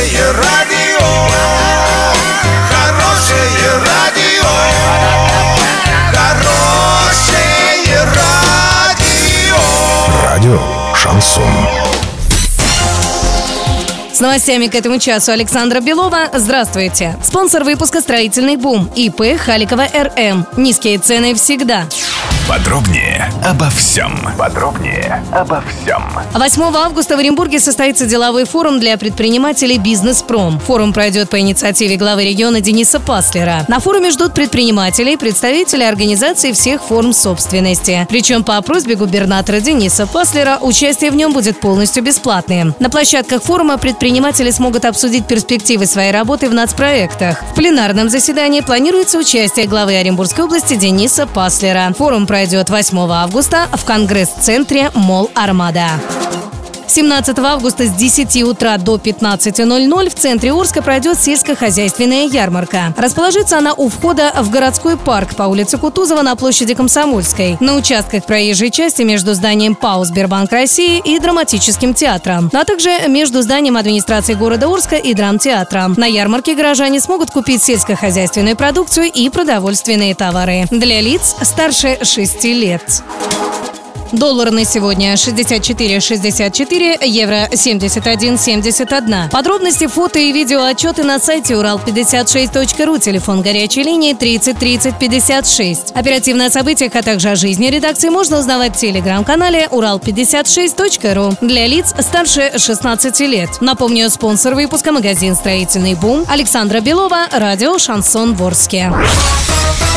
Хорошее радио, хорошее радио, хорошее радио. Радио «Шансон». С новостями к этому часу Александра Белова. Здравствуйте. Спонсор выпуска «Строительный бум» ИП Халикова РМ. Низкие цены всегда. Подробнее обо всем. 8 августа в Оренбурге состоится деловой форум для предпринимателей «Бизнес-Пром». Форум пройдет по инициативе главы региона Дениса Паслера. На форуме ждут предпринимателей, представителей организаций всех форм собственности. Причем по просьбе губернатора Дениса Паслера участие в нем будет полностью бесплатным. На площадках форума предприниматели смогут обсудить перспективы своей работы в нацпроектах. В пленарном заседании планируется участие главы Оренбургской области Дениса Паслера. Форум пройдет 8 августа в Конгресс-центре «Молл Армада». 17 августа с 10 утра до 15:00 в центре Орска пройдет сельскохозяйственная ярмарка. Расположится она у входа в городской парк по улице Кутузова на площади Комсомольской, на участках проезжей части между зданием ПАО «Сбербанк России» и драматическим театром, а также между зданием администрации города Орска и драмтеатром. На ярмарке горожане смогут купить сельскохозяйственную продукцию и продовольственные товары для лиц старше 6 лет. Доллар на сегодня 64,64, евро 71,71. Подробности, фото и видео отчеты на сайте урал56.ру, телефон горячей линии 30 30 56. Оперативно о событиях, а также о жизни редакции можно узнавать в телеграм-канале урал56.ру для лиц старше 16 лет. Напомню, спонсор выпуска — магазин «Строительный бум». Александра Белова, радио «Шансон» в Орске.